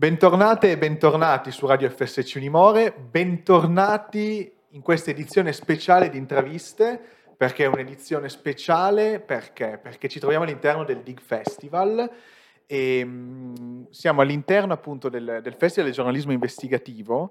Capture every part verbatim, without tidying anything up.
Bentornate e bentornati su Radio F S C Unimore, bentornati in questa edizione speciale di Intraviste. Perché è un'edizione speciale? Perché? Perché ci troviamo all'interno del Dig Festival e mh, siamo all'interno appunto del, del Festival del giornalismo investigativo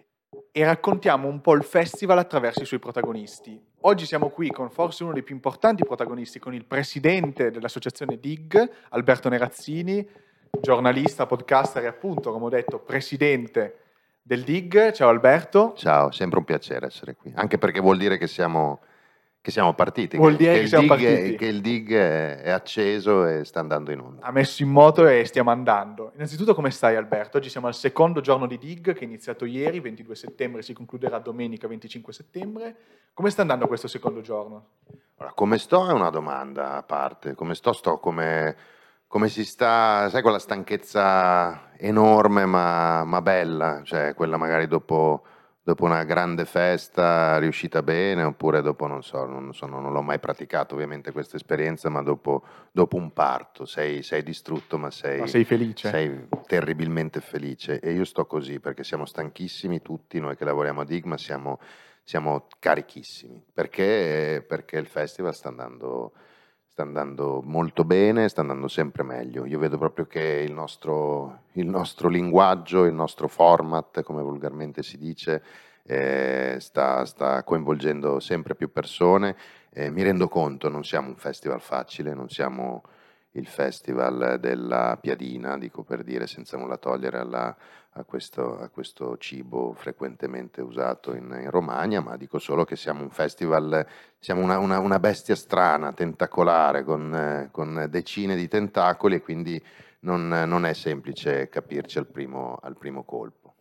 e raccontiamo un po' il festival attraverso i suoi protagonisti. Oggi siamo qui con forse uno dei più importanti protagonisti, con il presidente dell'associazione Dig, Alberto Nerazzini, giornalista, podcaster e appunto, come ho detto, presidente del Dig. Ciao Alberto. Ciao, sempre un piacere essere qui, anche perché vuol dire che siamo, che siamo partiti, Vuol che, dire che che il siamo dig, partiti. è, che il dig è, è acceso e sta andando in onda. Ha messo in moto e stiamo andando. Innanzitutto come stai Alberto? Oggi siamo al secondo giorno di Dig che è iniziato ieri, ventidue settembre, si concluderà domenica venticinque settembre. Come sta andando questo secondo giorno? Allora, come sto è una domanda a parte, come sto sto come, come si sta, sai quella stanchezza enorme ma, ma bella, cioè quella magari dopo, dopo una grande festa riuscita bene oppure dopo non so, non, so, non l'ho mai praticato ovviamente questa esperienza, ma dopo, dopo un parto sei, sei distrutto ma sei, Ma sei felice? sei terribilmente felice e io sto così perché siamo stanchissimi tutti, noi che lavoriamo a Dig, ma siamo... Siamo carichissimi perché, perché il festival sta andando, sta andando molto bene, sta andando sempre meglio. Io vedo proprio che il nostro, il nostro linguaggio, il nostro format, come volgarmente si dice, eh, sta, sta coinvolgendo sempre più persone. Eh, mi rendo conto, non siamo un festival facile, non siamo il festival della piadina, dico per dire, senza nulla togliere alla a questo, a questo cibo frequentemente usato in, in Romagna, ma dico solo che siamo un festival, siamo una, una, una bestia strana, tentacolare, con, eh, con decine di tentacoli e quindi non, non è semplice capirci al primo, al primo colpo.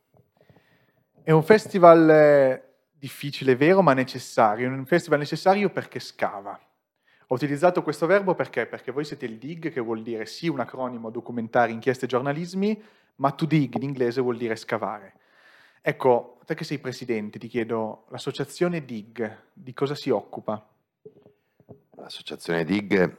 È un festival eh, difficile, vero, ma necessario. È un festival necessario perché scava. Ho utilizzato questo verbo perché? Perché voi siete il Dig, che vuol dire sì un acronimo documentari, inchieste e giornalismi, ma to dig in inglese vuol dire scavare. Ecco, te che sei presidente, ti chiedo, l'associazione Dig, di cosa si occupa? L'associazione Dig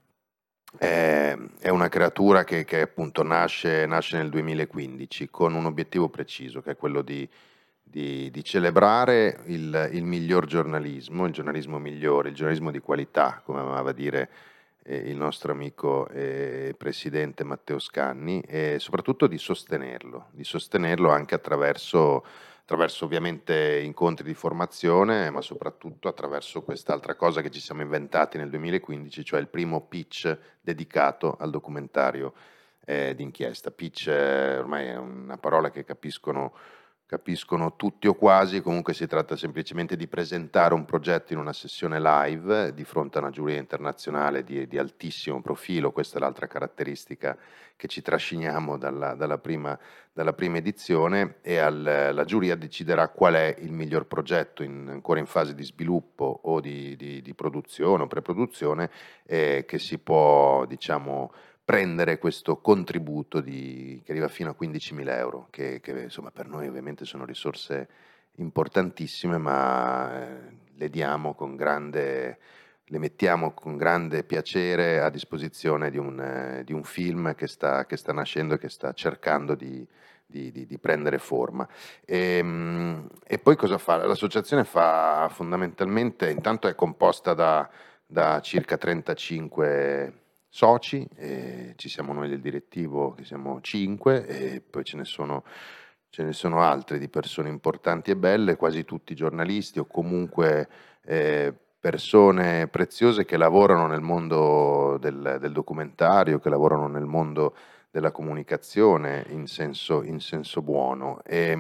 è, è una creatura che, che appunto nasce, nasce nel duemilaquindici con un obiettivo preciso, che è quello di Di, di celebrare il, il miglior giornalismo, il giornalismo migliore, il giornalismo di qualità, come amava dire eh, il nostro amico e eh, presidente Matteo Scanni, e soprattutto di sostenerlo, di sostenerlo anche attraverso, attraverso ovviamente incontri di formazione, ma soprattutto attraverso quest'altra cosa che ci siamo inventati nel duemilaquindici, cioè il primo pitch dedicato al documentario eh, d'inchiesta. Pitch eh, ormai è una parola che capiscono capiscono tutti o quasi, comunque si tratta semplicemente di presentare un progetto in una sessione live di fronte a una giuria internazionale di, di altissimo profilo. Questa è l'altra caratteristica che ci trasciniamo dalla, dalla, prima, dalla prima edizione, e al, la giuria deciderà qual è il miglior progetto in, ancora in fase di sviluppo o di, di, di produzione o preproduzione eh, che si può, diciamo, prendere questo contributo di, che arriva fino a quindicimila euro, che, che insomma per noi ovviamente sono risorse importantissime, ma eh, le diamo con grande, le mettiamo con grande piacere a disposizione di un, eh, di un film che sta, che sta nascendo e che sta cercando di, di, di, di prendere forma. E, mh, e poi cosa fa? L'associazione fa fondamentalmente, intanto è composta da, da circa trentacinque soci, e ci siamo noi del direttivo che siamo cinque e poi ce ne sono, ce ne sono altre di persone importanti e belle, quasi tutti giornalisti o comunque eh, persone preziose che lavorano nel mondo del, del documentario, che lavorano nel mondo della comunicazione in senso, in senso buono e,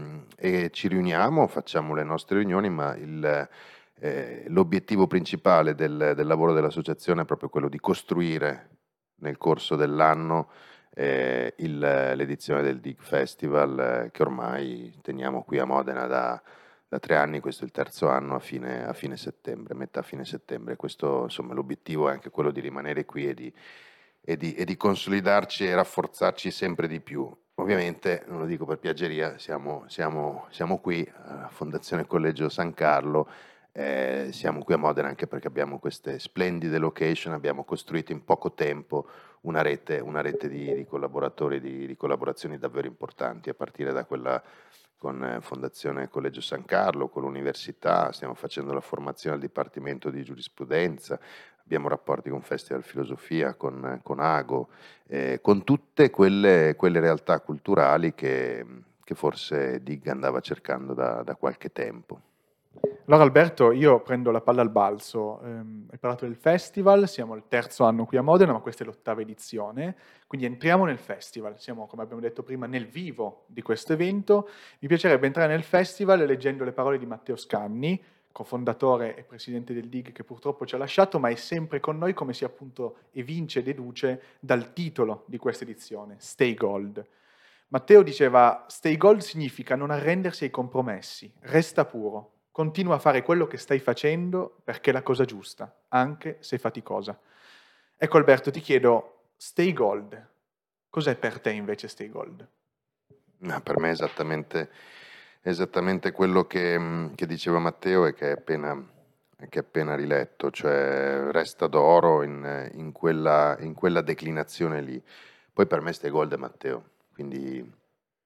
e ci riuniamo, facciamo le nostre riunioni, ma il Eh, l'obiettivo principale del, del lavoro dell'associazione è proprio quello di costruire nel corso dell'anno eh, il, l'edizione del Dig Festival eh, che ormai teniamo qui a Modena da, da tre anni, questo è il terzo anno a fine, a fine settembre, metà fine settembre. Questo, insomma, l'obiettivo è anche quello di rimanere qui e di, e di, e di consolidarci e rafforzarci sempre di più. Ovviamente, non lo dico per piaggeria, siamo, siamo, siamo qui alla Fondazione Collegio San Carlo, Eh, siamo qui a Modena anche perché abbiamo queste splendide location, abbiamo costruito in poco tempo una rete, una rete di, di collaboratori, di, di collaborazioni davvero importanti, a partire da quella con eh, Fondazione Collegio San Carlo, con l'università, stiamo facendo la formazione al Dipartimento di Giurisprudenza, abbiamo rapporti con Festival Filosofia, con, con Ago, eh, con tutte quelle, quelle realtà culturali che, che forse Dig andava cercando da, da qualche tempo. Allora Alberto, io prendo la palla al balzo. Ehm, hai parlato del festival, siamo al terzo anno qui a Modena, ma questa è l'ottava edizione, quindi entriamo nel festival, siamo, come abbiamo detto prima, nel vivo di questo evento. Mi piacerebbe entrare nel festival leggendo le parole di Matteo Scanni, cofondatore e presidente del D I G, che purtroppo ci ha lasciato, ma è sempre con noi, come si appunto evince e deduce dal titolo di questa edizione, Stay Gold. Matteo diceva: Stay Gold significa non arrendersi ai compromessi, resta puro, continua a fare quello che stai facendo perché è la cosa giusta, anche se faticosa. Ecco Alberto, ti chiedo, Stay Gold, cos'è per te invece Stay Gold? No, per me è esattamente, esattamente quello che, che diceva Matteo e che è appena, che è appena riletto, cioè resta d'oro in, in, quella, in quella declinazione lì. Poi per me Stay Gold è Matteo, quindi...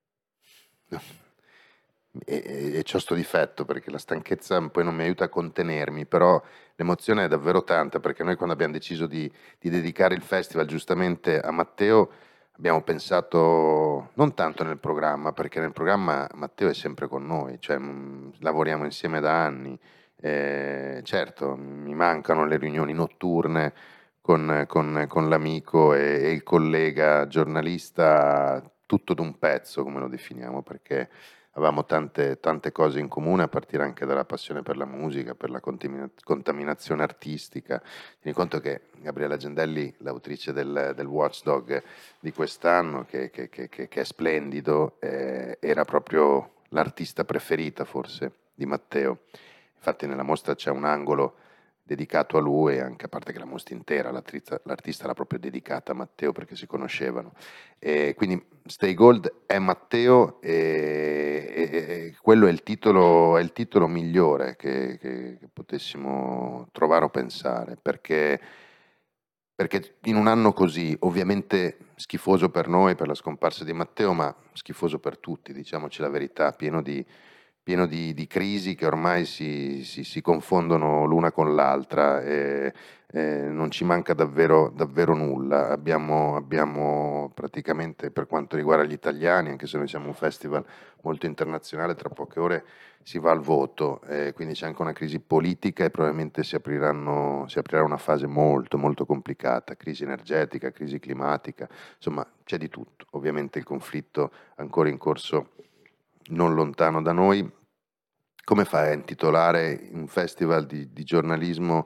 E, e c'ho sto difetto perché la stanchezza poi non mi aiuta a contenermi, però l'emozione è davvero tanta, perché noi quando abbiamo deciso di, di dedicare il festival giustamente a Matteo abbiamo pensato non tanto nel programma, perché nel programma Matteo è sempre con noi, cioè mh, lavoriamo insieme da anni, eh, certo mi mancano le riunioni notturne con, con, con l'amico e, e il collega giornalista, tutto d'un pezzo come lo definiamo, perché avevamo tante, tante cose in comune, a partire anche dalla passione per la musica, per la contamina- contaminazione artistica. Tieni conto che Gabriella Gendelli, l'autrice del, del Watchdog di quest'anno, che, che, che, che è splendido, eh, era proprio l'artista preferita forse di Matteo. Infatti nella mostra c'è un angolo dedicato a lui, anche a parte che la mostra intera, l'artista, l'artista l'ha proprio dedicata a Matteo perché si conoscevano. E quindi Stay Gold è Matteo e, e, e quello è il titolo, è il titolo migliore che, che, che potessimo trovare o pensare, perché, perché in un anno così, ovviamente schifoso per noi, per la scomparsa di Matteo, ma schifoso per tutti, diciamoci la verità, pieno di pieno di, di crisi che ormai si, si, si confondono l'una con l'altra e, e non ci manca davvero, davvero nulla. Abbiamo, abbiamo praticamente, per quanto riguarda gli italiani, anche se noi siamo un festival molto internazionale, tra poche ore si va al voto, eh, quindi c'è anche una crisi politica e probabilmente si, apriranno, si aprirà una fase molto molto complicata, crisi energetica, crisi climatica, insomma c'è di tutto. Ovviamente il conflitto ancora in corso non lontano da noi. Come fai a intitolare un festival di, di giornalismo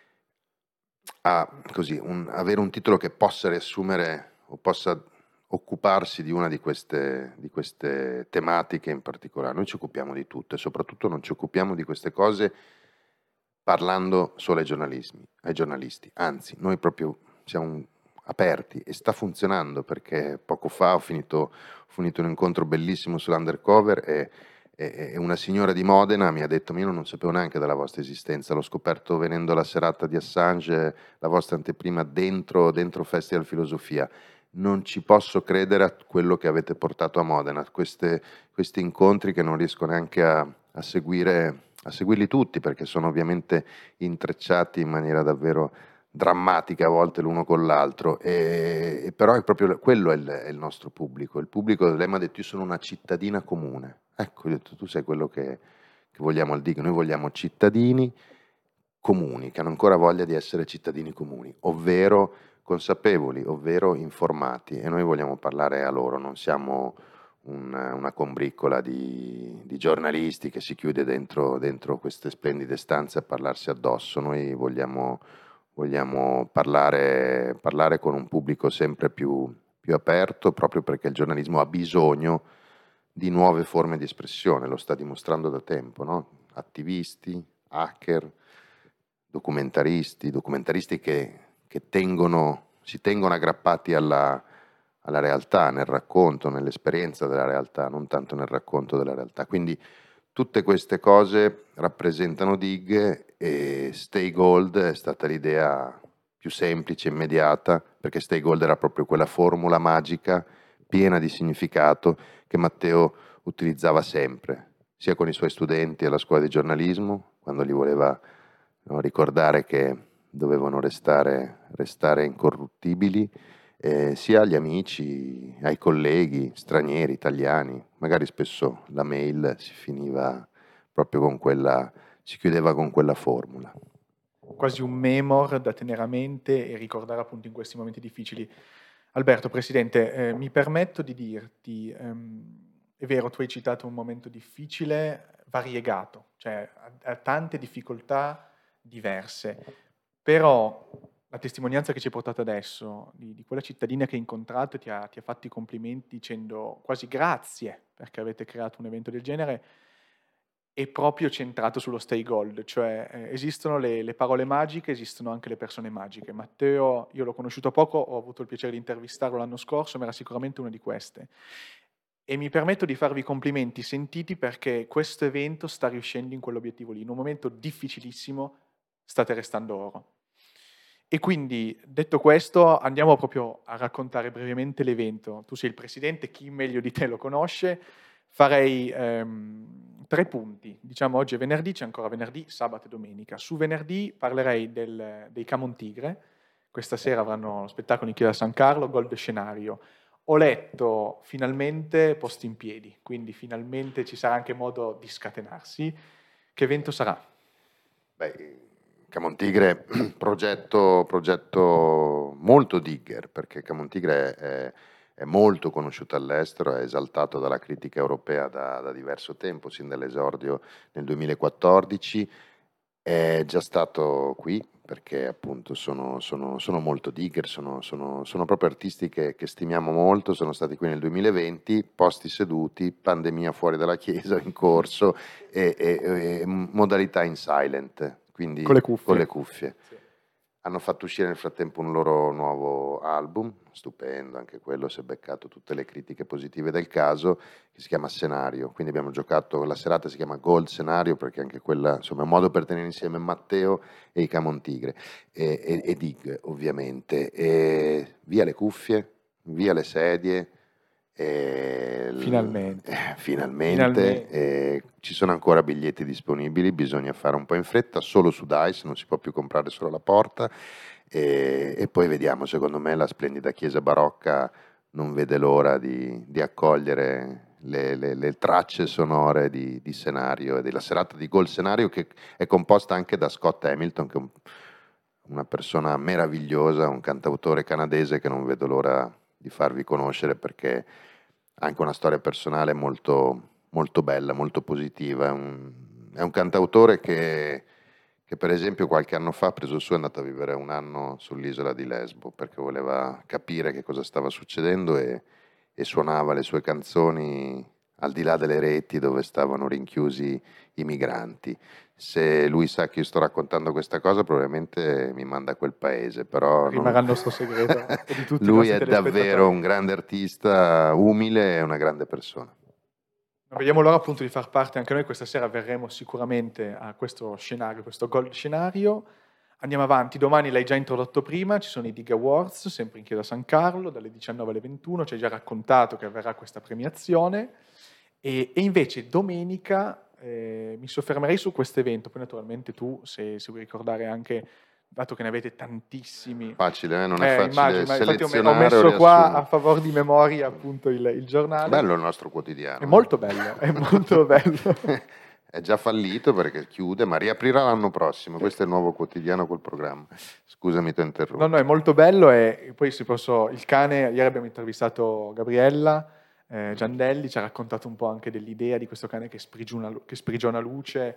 a così, un, avere un titolo che possa riassumere o possa occuparsi di una di queste, di queste tematiche in particolare? Noi ci occupiamo di tutto e soprattutto non ci occupiamo di queste cose parlando solo ai giornalisti, ai giornalisti. Anzi, noi proprio siamo aperti e sta funzionando, perché poco fa ho finito, ho finito un incontro bellissimo sull'undercover e e una signora di Modena mi ha detto: io non sapevo neanche della vostra esistenza, l'ho scoperto venendo alla serata di Assange, la vostra anteprima, dentro, dentro Festival Filosofia. Non ci posso credere a quello che avete portato a Modena, queste, questi incontri che non riesco neanche a, a, seguire, a seguirli tutti, perché sono ovviamente intrecciati in maniera davvero drammatica a volte l'uno con l'altro, e, e però è proprio quello è il, è il nostro pubblico. Il pubblico, lei mi ha detto: io sono una cittadina comune. Ecco, io ho detto, tu sei quello che, che vogliamo al D I G. Noi vogliamo cittadini comuni, che hanno ancora voglia di essere cittadini comuni, ovvero consapevoli, ovvero informati, e noi vogliamo parlare a loro, non siamo un, una combriccola di, di giornalisti che si chiude dentro, dentro queste splendide stanze a parlarsi addosso. Noi vogliamo, vogliamo parlare, parlare con un pubblico sempre più, più aperto, proprio perché il giornalismo ha bisogno di nuove forme di espressione, lo sta dimostrando da tempo, no? Attivisti, hacker, documentaristi, documentaristi che, che tengono, si tengono aggrappati alla, alla realtà, nel racconto, nell'esperienza della realtà, non tanto nel racconto della realtà. Quindi tutte queste cose rappresentano Dig e Stay Gold è stata l'idea più semplice, immediata, perché Stay Gold era proprio quella formula magica, piena di significato, che Matteo utilizzava sempre, sia con i suoi studenti alla scuola di giornalismo, quando gli voleva no, ricordare che dovevano restare, restare incorruttibili, eh, sia agli amici, ai colleghi stranieri, italiani. Magari spesso la mail si finiva proprio con quella, si chiudeva con quella formula. Quasi un memor da tenere a mente e ricordare appunto in questi momenti difficili. Alberto, Presidente, eh, mi permetto di dirti, ehm, è vero, tu hai citato un momento difficile, variegato, cioè ha, ha tante difficoltà diverse, però la testimonianza che ci hai portato adesso di, di quella cittadina che hai incontrato e ti ha, ti ha fatto i complimenti dicendo quasi grazie perché avete creato un evento del genere, è proprio centrato sullo stay gold, cioè eh, esistono le, le parole magiche, esistono anche le persone magiche. Matteo, io l'ho conosciuto poco, ho avuto il piacere di intervistarlo l'anno scorso, ma era sicuramente una di queste. E mi permetto di farvi i complimenti sentiti perché questo evento sta riuscendo in quell'obiettivo lì. In un momento difficilissimo state restando oro. E quindi, detto questo, andiamo proprio a raccontare brevemente l'evento. Tu sei il presidente, chi meglio di te lo conosce. Farei ehm, tre punti. Diciamo oggi è venerdì, c'è ancora venerdì, sabato e domenica. Su venerdì parlerei del, dei Camon Tigre. Questa sera avranno lo spettacolo in Chiesa San Carlo, Gold Scenario. Ho letto finalmente posti in piedi, quindi finalmente ci sarà anche modo di scatenarsi. Che evento sarà? Beh, Camon Tigre, progetto, progetto molto Digger, perché Camon Tigre è, è molto conosciuto all'estero, è esaltato dalla critica europea da, da diverso tempo, sin dall'esordio nel duemilaquattordici, è già stato qui perché appunto sono, sono, sono molto Digger, sono, sono, sono proprio artisti che, che stimiamo molto, sono stati qui nel duemilaventi, posti seduti, pandemia fuori dalla chiesa in corso e, e, e modalità in silent, quindi Con le cuffie. Con le cuffie. Sì. Hanno fatto uscire nel frattempo un loro nuovo album, stupendo, anche quello si è beccato tutte le critiche positive del caso, che si chiama Scenario. Quindi abbiamo giocato, la serata si chiama Gold Scenario, perché anche quella insomma, è un modo per tenere insieme Matteo e i Camon Tigre, e, e, e Dig ovviamente. E via le cuffie, via le sedie. E Finalmente. eh, finalmente, Finalmente. eh, ci sono ancora biglietti disponibili, bisogna fare un po' in fretta, solo su Dice, non si può più comprare solo alla porta e, e poi vediamo, secondo me la splendida chiesa barocca non vede l'ora di, di accogliere le, le, le tracce sonore di, di Scenario e della serata di Gold Scenario, che è composta anche da Scott Hamilton, che è un, una persona meravigliosa, un cantautore canadese che non vedo l'ora di farvi conoscere perché ha anche una storia personale molto, molto bella, molto positiva. È un, è un cantautore che, che per esempio qualche anno fa ha preso su e è andato a vivere un anno sull'isola di Lesbo perché voleva capire che cosa stava succedendo e, e suonava le sue canzoni al di là delle reti dove stavano rinchiusi i migranti. Se lui sa che io sto raccontando questa cosa, probabilmente mi manda a quel paese, però Rimarrà non... il nostro segreto e di tutti i lui nostri è davvero un telespettatori. grande artista, umile e una grande persona. Non vediamo l'ora appunto di far parte anche noi, questa sera verremo sicuramente a questo scenario, questo Gold Scenario. Andiamo avanti, domani l'hai già introdotto prima, ci sono i Dig Awards, sempre in Chiesa San Carlo, dalle diciannove alle ventuno, ci hai già raccontato che avverrà questa premiazione. E, e invece domenica eh, mi soffermerei su questo evento, poi naturalmente tu, se, se vuoi ricordare anche, dato che ne avete tantissimi. Facile, eh? Non è Eh, facile immagino, ma infatti ho, me- ho selezionare o messo qua a riassumere. favore di memoria appunto il, il giornale. Bello il nostro È quotidiano. molto eh? bello, è molto bello. È già fallito perché chiude, ma riaprirà l'anno prossimo. Questo è il nuovo quotidiano col programma. Scusami, ti ho interrotto. No, no, è molto bello e poi se posso, il cane, ieri abbiamo intervistato Gabriella eh, Giandelli, ci ha raccontato un po' anche dell'idea di questo cane che sprigiona, che sprigiona luce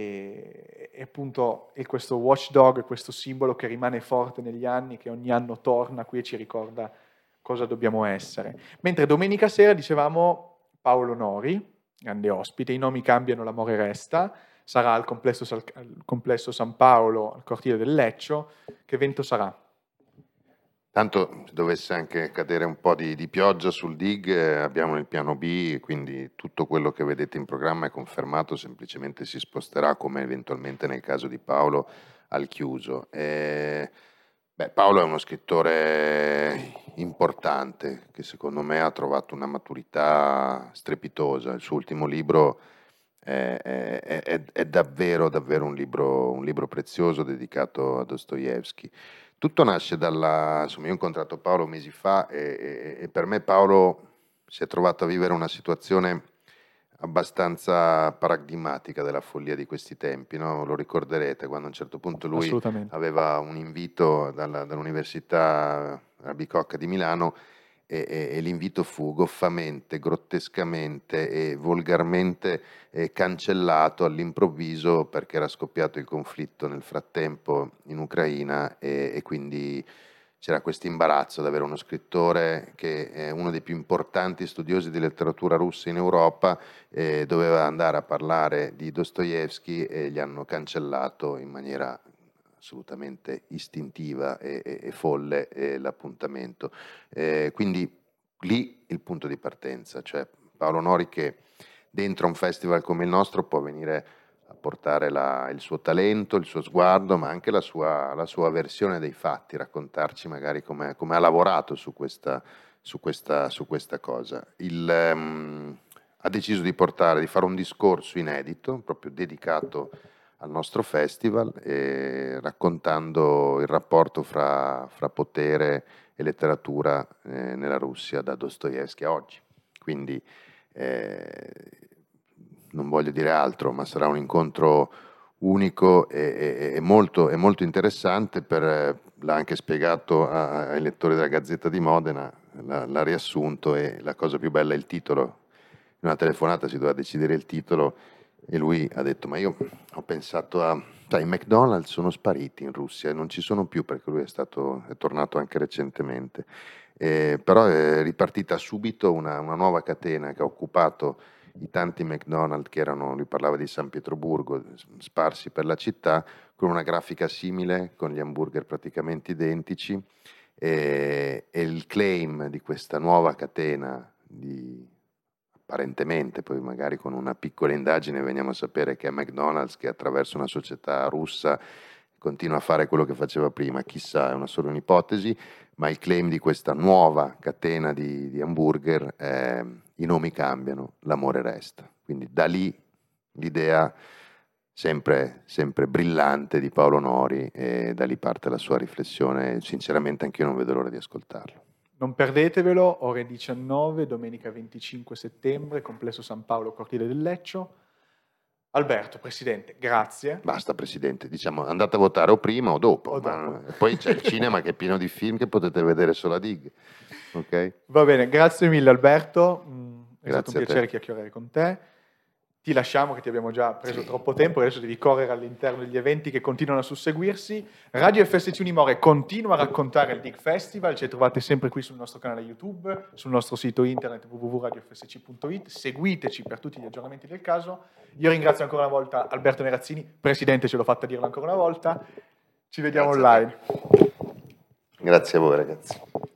e, e appunto è questo watchdog, questo simbolo che rimane forte negli anni, che ogni anno torna qui e ci ricorda cosa dobbiamo essere. Mentre domenica sera dicevamo Paolo Nori, grande ospite, i nomi cambiano, l'amore resta, sarà al complesso, al complesso San Paolo, al cortile del Leccio. Che evento sarà? Tanto se dovesse anche cadere un po' di, di pioggia sul D I G, eh, abbiamo il piano B, quindi tutto quello che vedete in programma è confermato, semplicemente si sposterà, come eventualmente nel caso di Paolo, al chiuso. E, beh, Paolo è uno scrittore importante che secondo me ha trovato una maturità strepitosa. Il suo ultimo libro è, è- è- è davvero, davvero un libro, un libro prezioso dedicato a Dostoevsky. Tutto nasce dalla... Insomma, io ho incontrato Paolo mesi fa e, e- e per me Paolo si è trovato a vivere una situazione abbastanza paradigmatica della follia di questi tempi, no? Lo ricorderete quando a un certo punto lui Assolutamente. aveva un invito dalla- dall'Università La Bicocca di Milano e, e- e l'invito fu goffamente, grottescamente e volgarmente eh, cancellato all'improvviso perché era scoppiato il conflitto nel frattempo in Ucraina e, e quindi c'era questo imbarazzo ad avere uno scrittore che è uno dei più importanti studiosi di letteratura russa in Europa, eh, doveva andare a parlare di Dostoevsky e gli hanno cancellato in maniera assolutamente istintiva e, e- e folle eh, l'appuntamento. Eh, quindi lì il punto di partenza, cioè Paolo Nori che dentro un festival come il nostro può venire a portare la- il suo talento, il suo sguardo, ma anche la sua, la sua versione dei fatti, raccontarci magari come, come ha lavorato su questa, su questa, su questa cosa. Il, ehm, ha deciso di portare, di fare un discorso inedito, proprio dedicato al nostro festival, eh, raccontando il rapporto fra, fra potere e letteratura eh, nella Russia da Dostoevsky a oggi. Quindi eh, non voglio dire altro, ma sarà un incontro unico e, e- e molto, e molto interessante, per, l'ha anche spiegato a- ai lettori della Gazzetta di Modena, l'ha, l'ha riassunto e la cosa più bella è il titolo. In una telefonata si doveva decidere il titolo e lui ha detto: ma io ho pensato a... Sai, i McDonald's sono spariti in Russia e non ci sono più perché lui è, stato, è tornato anche recentemente. Eh, però è ripartita subito una, una nuova catena che ha occupato i tanti McDonald's che erano, lui parlava di San Pietroburgo, sparsi per la città, con una grafica simile, con gli hamburger praticamente identici, e, e il claim di questa nuova catena di apparentemente, poi magari con una piccola indagine veniamo a sapere che è McDonald's che attraverso una società russa continua a fare quello che faceva prima, chissà, è una solo un'ipotesi, ma il claim di questa nuova catena di, di hamburger è: i nomi cambiano, l'amore resta. Quindi da lì l'idea sempre, sempre brillante di Paolo Nori, e da lì parte la sua riflessione, sinceramente anch'io non vedo l'ora di ascoltarlo. Non perdetevelo, ore diciannove, domenica venticinque settembre, Complesso San Paolo, Cortile del Leccio. Alberto, Presidente, grazie. Basta Presidente, diciamo andate a votare o prima o dopo, O ma dopo. poi c'è il cinema che è pieno di film che potete vedere solo a D I G, ok? Va bene, grazie mille Alberto, mm, è stato un Grazie a te. piacere chiacchierare con te. Ti lasciamo che ti abbiamo già preso Sì. troppo tempo, adesso devi correre all'interno degli eventi che continuano a susseguirsi. Radio F S C Unimore continua a raccontare il D I G Festival, ci trovate sempre qui sul nostro canale YouTube, sul nostro sito internet w w w punto radio f s c punto it, seguiteci per tutti gli aggiornamenti del caso. Io ringrazio ancora una volta Alberto Nerazzini, Presidente, ce l'ho fatta dirlo ancora una volta, ci vediamo Grazie a te. online. Grazie a voi ragazzi.